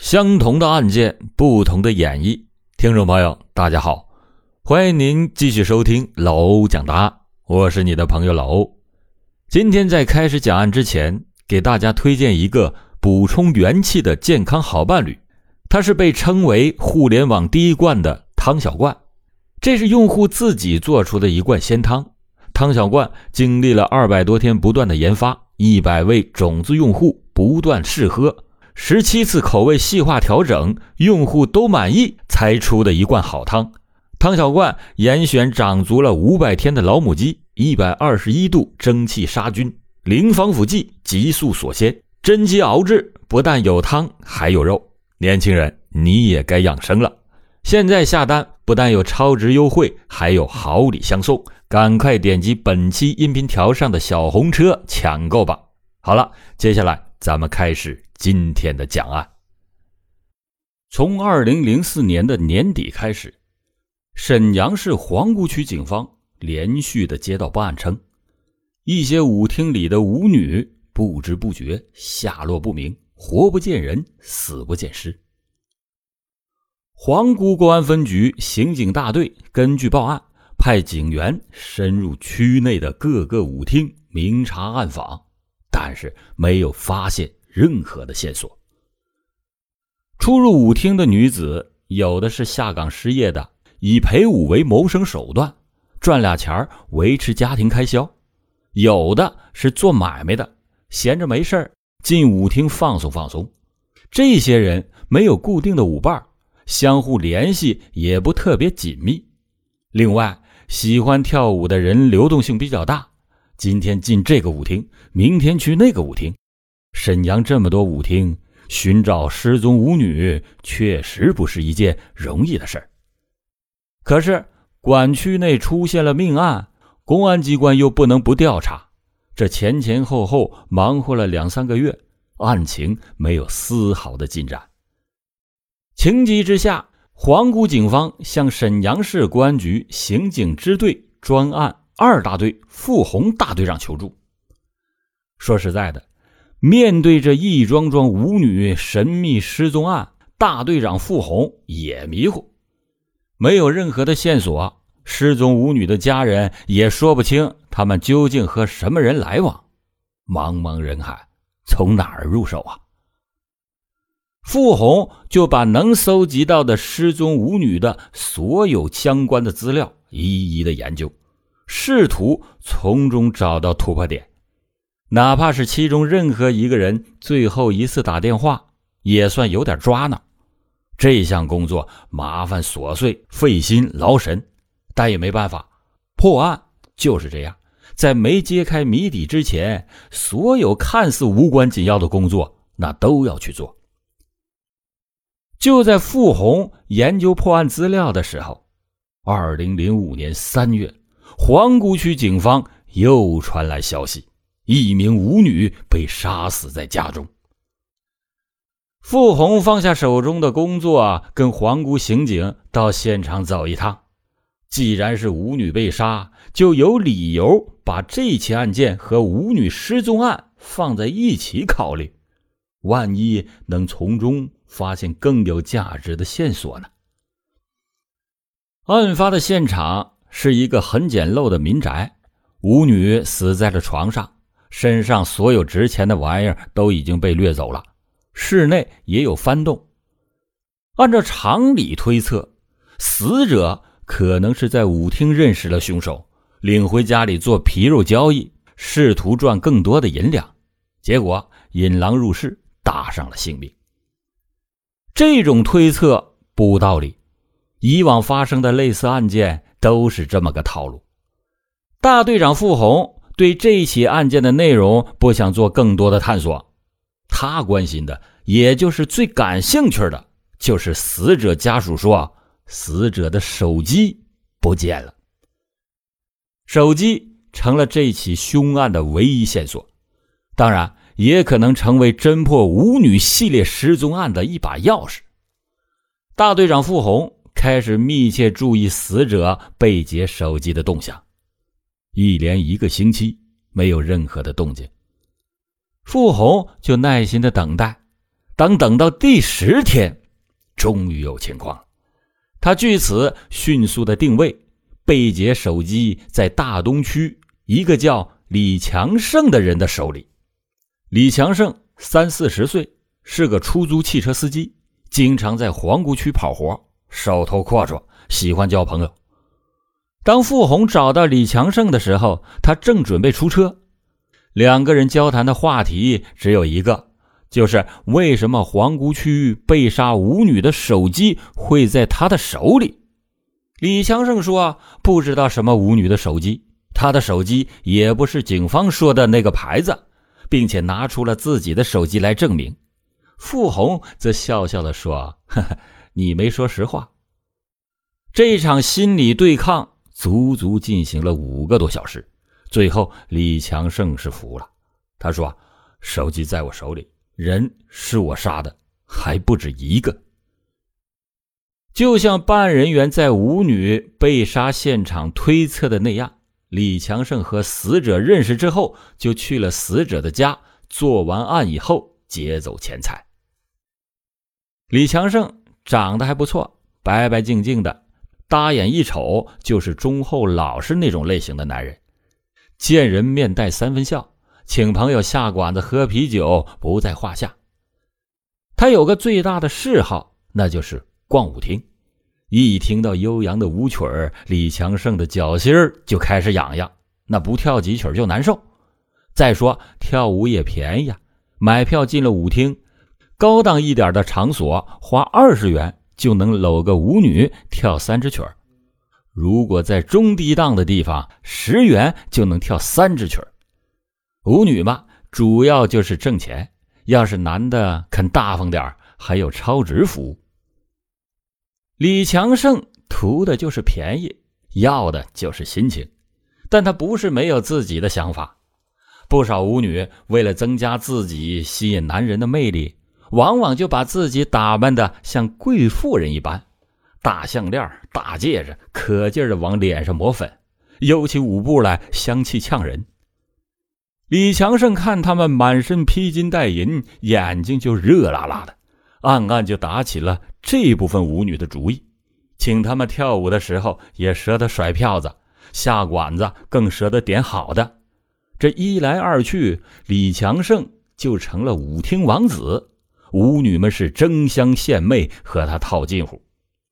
相同的案件，不同的演绎。听众朋友大家好，欢迎您继续收听老欧讲答案，我是你的朋友老欧。今天在开始讲案之前，给大家推荐一个补充元气的健康好伴侣，它是被称为互联网第一罐的汤小罐。这是用户自己做出的一罐鲜汤，汤小罐经历了200多天不断的研发，100位种子用户不断试喝，17次口味细化调整，用户都满意才出的一罐好汤。汤小罐严选长足了500天的老母鸡，121度蒸汽杀菌，零防腐剂，急速锁鲜，真鸡熬制，不但有汤还有肉。年轻人，你也该养生了。现在下单不但有超值优惠，还有好礼相送，赶快点击本期音频条上的小红车抢购吧。好了，接下来咱们开始今天的讲案。从2004年的年底开始，沈阳市皇姑区警方连续的接到报案称，一些舞厅里的舞女不知不觉下落不明，活不见人，死不见尸。皇姑公安分局刑警大队根据报案，派警员深入区内的各个舞厅明察暗访，但是没有发现任何的线索。出入舞厅的女子，有的是下岗失业的，以陪舞为谋生手段，赚俩钱维持家庭开销；有的是做买卖的，闲着没事进舞厅放松放松。这些人没有固定的舞伴，相互联系也不特别紧密。另外，喜欢跳舞的人流动性比较大，今天进这个舞厅，明天去那个舞厅。沈阳这么多舞厅，寻找失踪舞女确实不是一件容易的事儿。可是管区内出现了命案，公安机关又不能不调查，这前前后后忙活了2-3个月，案情没有丝毫的进展。情急之下，皇姑警方向沈阳市公安局刑警支队专案2大队傅红大队长求助。说实在的，面对这一桩桩舞女神秘失踪案，大队长傅红也迷糊，没有任何的线索，失踪舞女的家人也说不清他们究竟和什么人来往，茫茫人海，从哪儿入手啊？傅红就把能搜集到的失踪舞女的所有相关的资料一一的研究，试图从中找到突破点，哪怕是其中任何一个人最后一次打电话，也算有点抓挠。这项工作麻烦琐碎，费心劳神，但也没办法，破案就是这样，在没揭开谜底之前，所有看似无关紧要的工作那都要去做。就在傅红研究破案资料的时候，2005年3月，皇姑区警方又传来消息，一名舞女被杀死在家中。傅红放下手中的工作，跟皇姑刑警到现场走一趟。既然是舞女被杀，就有理由把这起案件和舞女失踪案放在一起考虑，万一能从中发现更有价值的线索呢？案发的现场是一个很简陋的民宅，舞女死在了床上，身上所有值钱的玩意儿都已经被掠走了，室内也有翻动。按照常理推测，死者可能是在舞厅认识了凶手，领回家里做皮肉交易，试图赚更多的银两，结果引狼入室，搭上了性命。这种推测不无道理，以往发生的类似案件都是这么个套路。大队长傅红对这起案件的内容不想做更多的探索，他关心的也就是最感兴趣的，就是死者家属说死者的手机不见了。手机成了这起凶案的唯一线索，当然也可能成为侦破舞女系列失踪案的一把钥匙。大队长傅红开始密切注意死者被劫手机的动向，一连1个星期没有任何的动静，傅红就耐心的等待， 等到第10天，终于有情况了。他据此迅速的定位，被劫手机在大东区一个叫李强盛的人的手里。李强盛30-40岁，是个出租汽车司机，经常在皇姑区跑活，手头阔绰，喜欢交朋友。当傅红找到李强盛的时候，他正准备出车。两个人交谈的话题只有一个，就是为什么皇姑区被杀舞女的手机会在他的手里。李强盛说不知道什么舞女的手机，他的手机也不是警方说的那个牌子，并且拿出了自己的手机来证明。傅红则笑笑地说，呵呵，你没说实话。这场心理对抗足足进行了5个多小时，最后李强盛是服了。他说，手机在我手里，人是我杀的，还不止一个。就像办案人员在舞女被杀现场推测的那样，李强盛和死者认识之后，就去了死者的家，做完案以后劫走钱财。李强盛长得还不错，白白净净的，大眼一瞅就是忠厚老实那种类型的男人，见人面带3分笑，请朋友下馆子喝啤酒不在话下。他有个最大的嗜好，那就是逛舞厅。一听到悠扬的舞曲儿，李强盛的脚心就开始痒痒，那不跳几曲就难受。再说跳舞也便宜啊，买票进了舞厅，高档一点的场所花20元就能搂个舞女跳3支曲儿，如果在中低档的地方10元就能跳3支曲儿。舞女嘛，主要就是挣钱，要是男的肯大方点，还有超值服务。李强盛图的就是便宜，要的就是心情，但他不是没有自己的想法。不少舞女为了增加自己吸引男人的魅力，往往就把自己打扮得像贵妇人一般，大项链、大戒指，可劲儿的往脸上抹粉，悠起舞步来，香气呛人。李强盛看他们满身披金戴银，眼睛就热辣辣的，暗暗就打起了这部分舞女的主意，请他们跳舞的时候也舍得甩票子，下馆子更舍得点好的。这一来二去，李强盛就成了舞厅王子，舞女们是争相献媚，和他套近乎。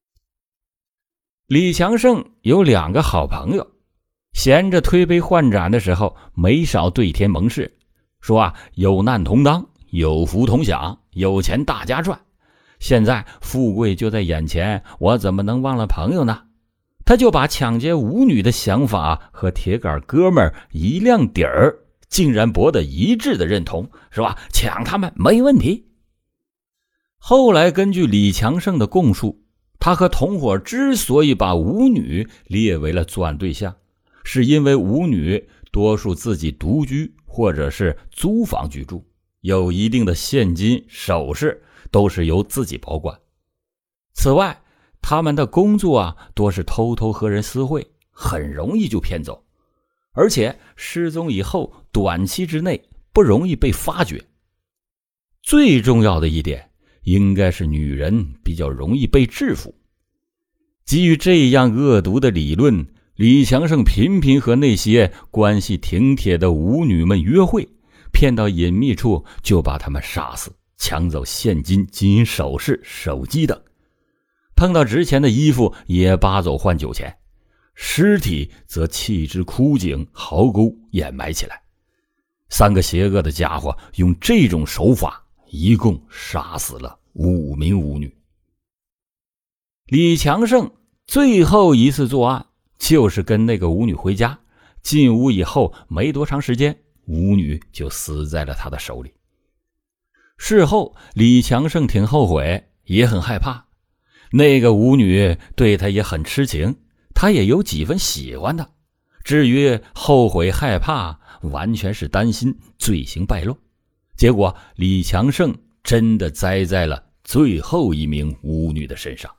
李强盛有2个好朋友，闲着推杯换盏的时候，没少对天盟誓，说有难同当，有福同享，有钱大家赚。现在富贵就在眼前，我怎么能忘了朋友呢？他就把抢劫舞女的想法和铁杆哥们一亮底儿，竟然博得一致的认同，是吧？抢他们没问题。后来根据李强盛的供述，他和同伙之所以把舞女列为了作案对象，是因为舞女多数自己独居或者是租房居住，有一定的现金首饰都是由自己保管。此外，他们的工作多是偷偷和人私会，很容易就骗走，而且失踪以后短期之内不容易被发觉。最重要的一点，应该是女人比较容易被制服。基于这样恶毒的理论，李强盛频频和那些关系挺铁的舞女们约会，骗到隐秘处就把他们杀死，抢走现金、金银首饰、手机等，碰到值钱的衣服也扒走换酒钱，尸体则弃之枯井、壕沟掩埋起来。3个邪恶的家伙用这种手法一共杀死了5名舞女。李强盛最后一次作案就是跟那个舞女回家，进屋以后没多长时间，舞女就死在了他的手里。事后李强盛挺后悔，也很害怕，那个舞女对他也很痴情，他也有几分喜欢她。至于后悔害怕，完全是担心罪行败露。结果李强盛真的栽在了最后一名舞女的身上。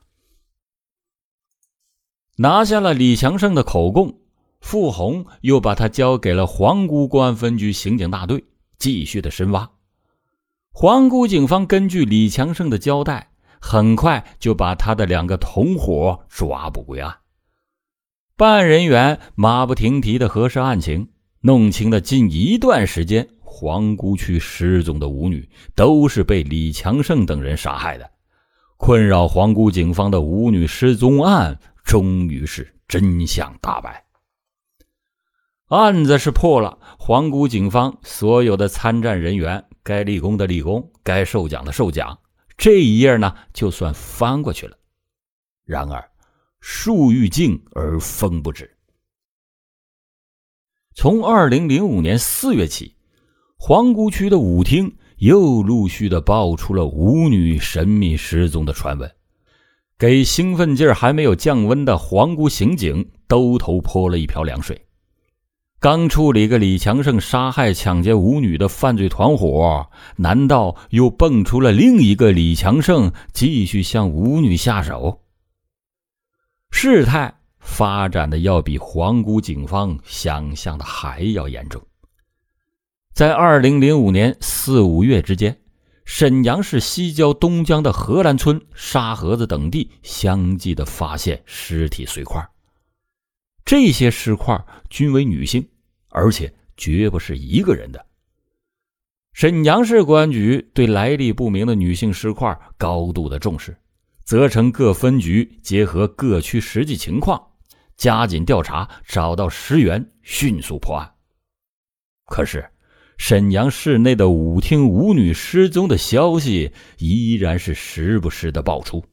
拿下了李强盛的口供，傅红又把他交给了皇姑公安分局刑警大队，继续的深挖。 皇姑警方根据李强胜的交代，很快就把他的2个同伙抓捕归案。办案人员马不停蹄地核实案情，弄清了近1段时间皇姑区失踪的舞女都是被李强胜等人杀害的。困扰皇姑警方的舞女失踪案终于是真相大白。案子是破了，皇姑警方所有的参战人员该立功的立功，该受奖的受奖，这一页呢就算翻过去了。然而树欲静而风不止。从2005年4月起，皇姑区的舞厅又陆续的爆出了舞女神秘失踪的传闻，给兴奋劲儿还没有降温的皇姑刑警兜头泼了一瓢凉水。刚处理个李强胜杀害抢劫舞女的犯罪团伙，难道又蹦出了另一个李强胜继续向舞女下手？事态发展的要比皇姑警方想象的还要严重。在2005年4、5月之间，沈阳市西郊东江的荷兰村、沙河子等地相继的发现尸体碎块，这些尸块均为女性，而且绝不是一个人的。沈阳市公安局对来历不明的女性尸块高度的重视，责成各分局结合各区实际情况，加紧调查，找到尸源，迅速破案。可是沈阳市内的舞厅舞女失踪的消息依然是时不时的爆出。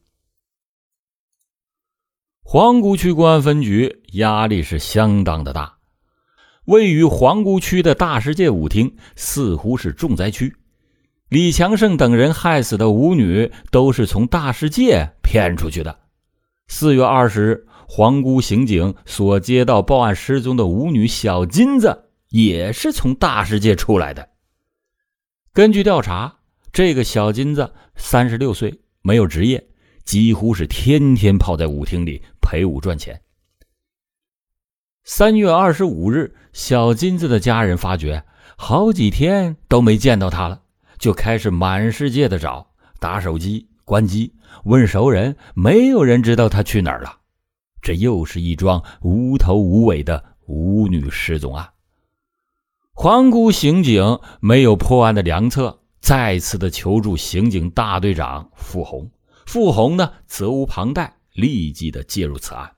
皇姑区公安分局压力是相当的大，位于皇姑区的大世界舞厅似乎是重灾区，李强胜等人害死的舞女都是从大世界骗出去的。4月20日，皇姑刑警所接到报案失踪的舞女小金子也是从大世界出来的。根据调查，这个小金子36岁，没有职业，几乎是天天泡在舞厅里陪舞赚钱。3月25日，小金子的家人发觉好几天都没见到他了，就开始满世界的找，打手机、关机，问熟人，没有人知道他去哪儿了。这又是一桩无头无尾的舞女失踪案。皇姑刑警没有破案的良策，再次的求助刑警大队长傅红。傅红呢，责无旁贷，立即的介入此案。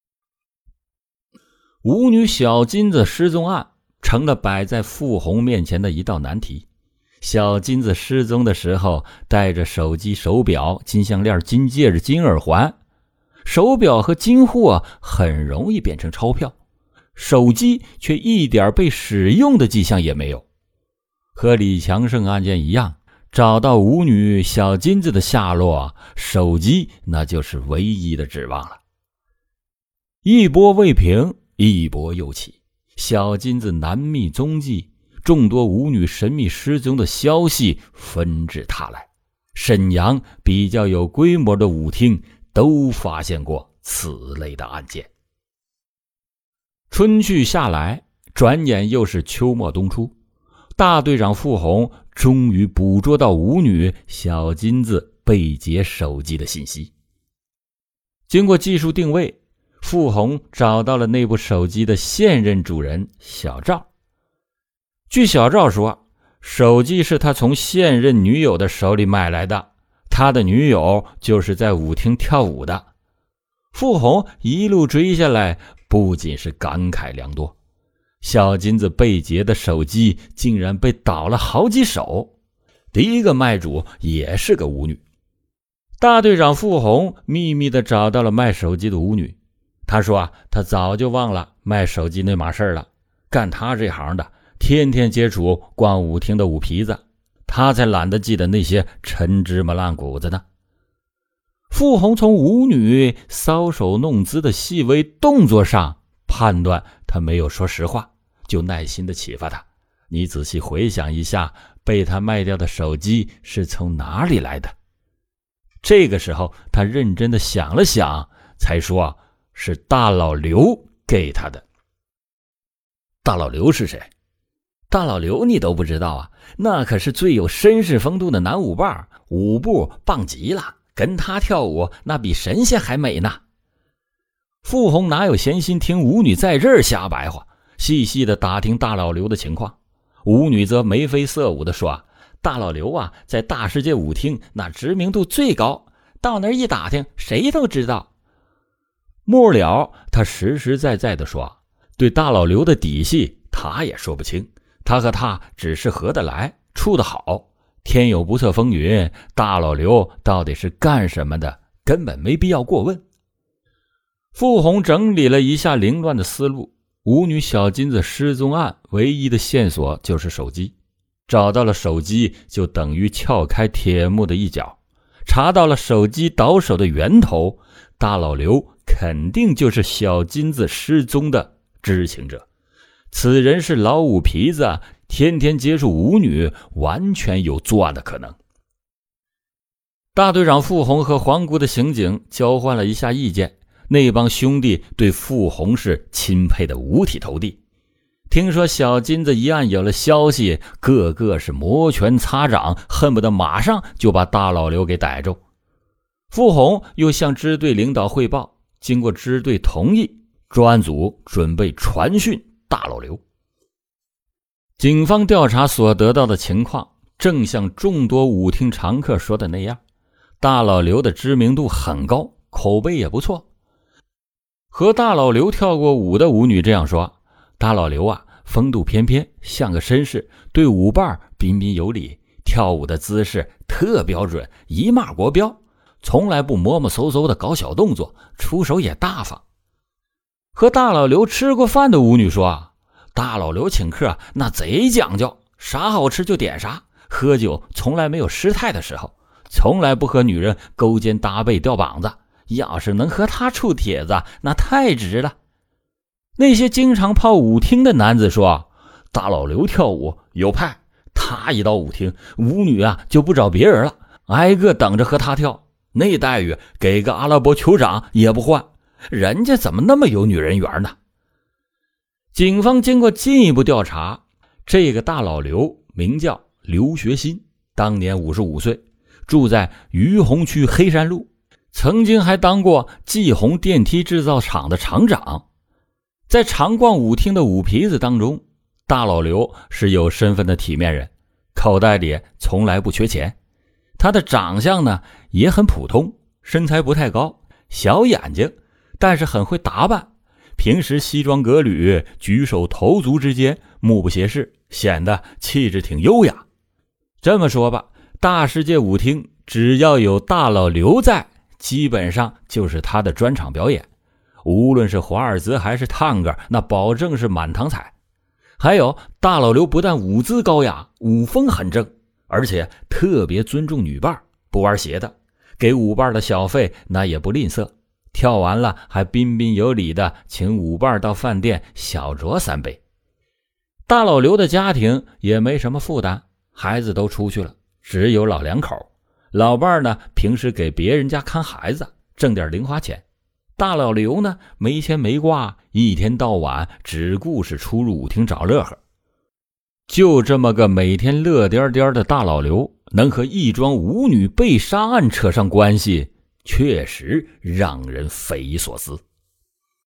舞女小金子失踪案成了摆在傅红面前的一道难题。小金子失踪的时候带着手机、手表、金项链、金戒指、金耳环，手表和金货很容易变成钞票，手机却一点被使用的迹象也没有。和李强胜案件一样，找到舞女小金子的下落，手机那就是唯一的指望了。一波未平，一波又起，小金子难觅踪迹，众多舞女神秘失踪的消息纷至沓来。沈阳比较有规模的舞厅都发现过此类的案件。春去夏来，转眼又是秋末冬初，大队长傅红终于捕捉到舞女小金子被劫手机的信息。经过技术定位，傅红找到了那部手机的现任主人小赵。据小赵说，手机是他从现任女友的手里买来的，他的女友就是在舞厅跳舞的。傅红一路追下来，不仅是感慨良多，小金子被劫的手机竟然被倒了好几手，第一个卖主也是个舞女。大队长傅红秘密地找到了卖手机的舞女，他说他早就忘了卖手机那码事了，干他这行的天天接触逛舞厅的舞皮子，他才懒得记得那些陈芝麻烂谷子呢。傅红从舞女搔首弄姿的细微动作上判断他没有说实话，就耐心地启发他，你仔细回想一下，被他卖掉的手机是从哪里来的？这个时候他认真地想了想，才说是大老刘给他的。大老刘是谁？ 大老刘你都不知道啊，那可是最有绅士风度的男舞伴，舞步棒极了，跟他跳舞那比神仙还美呢。傅红哪有闲心听舞女在这儿瞎白话，细细的打听大老刘的情况。舞女则眉飞色舞的说，大老刘啊，在大世界舞厅那知名度最高，到那儿一打听谁都知道。末了他实实在在的说，对大老刘的底细他也说不清，他和他只是合得来，处得好，天有不测风云，大老刘到底是干什么的，根本没必要过问。傅红整理了一下凌乱的思路，舞女小金子失踪案唯一的线索就是手机，找到了手机就等于撬开铁幕的一角，查到了手机倒手的源头，大老刘肯定就是小金子失踪的知情者，此人是老五皮子，天天接触舞女，完全有作案的可能。大队长傅红和皇姑的刑警交换了一下意见，那帮兄弟对傅红是钦佩的五体投地。听说小金子一案有了消息，个个是摩拳擦掌，恨不得马上就把大老刘给逮住。傅红又向支队领导汇报，经过支队同意，专案组准备传讯大老刘。警方调查所得到的情况，正像众多舞厅常客说的那样，大老刘的知名度很高，口碑也不错。和大老刘跳过舞的舞女这样说，大老刘啊，风度翩翩，像个绅士，对舞伴彬彬有礼，跳舞的姿势特标准，一码国标，从来不摸摸搜搜的搞小动作，出手也大方。和大老刘吃过饭的舞女说，大老刘请客那贼讲究，啥好吃就点啥，喝酒从来没有失态的时候，从来不和女人勾肩搭背吊膀子，要是能和他处帖子那太值了。那些经常泡舞厅的男子说，大老刘跳舞有派，他一到舞厅，舞女啊就不找别人了，挨个等着和他跳，那待遇给个阿拉伯酋长也不换，人家怎么那么有女人缘呢？警方经过进一步调查，这个大老刘名叫刘学新，当年55岁，住在于洪区黑山路，曾经还当过季红电梯制造厂的厂长。在常逛舞厅的舞皮子当中，大老刘是有身份的体面人，口袋里从来不缺钱。他的长相呢也很普通，身材不太高，小眼睛，但是很会打扮，平时西装革履，举手投足之间目不斜视，显得气质挺优雅。这么说吧，大世界舞厅只要有大老刘在，基本上就是他的专场表演，无论是华尔兹还是探戈，那保证是满堂彩。还有大老刘不但舞姿高雅，舞风很正，而且特别尊重女伴，不玩邪的，给舞伴的小费那也不吝啬，跳完了还彬彬有礼的请舞伴到饭店小酌3杯。大老刘的家庭也没什么负担，孩子都出去了，只有老两口，老伴呢平时给别人家看孩子，挣点零花钱。大老刘呢没牵没挂，一天到晚只顾是出入舞厅找乐呵。就这么个每天乐颠颠的大老刘，能和一桩舞女被杀案扯上关系，确实让人匪夷所思。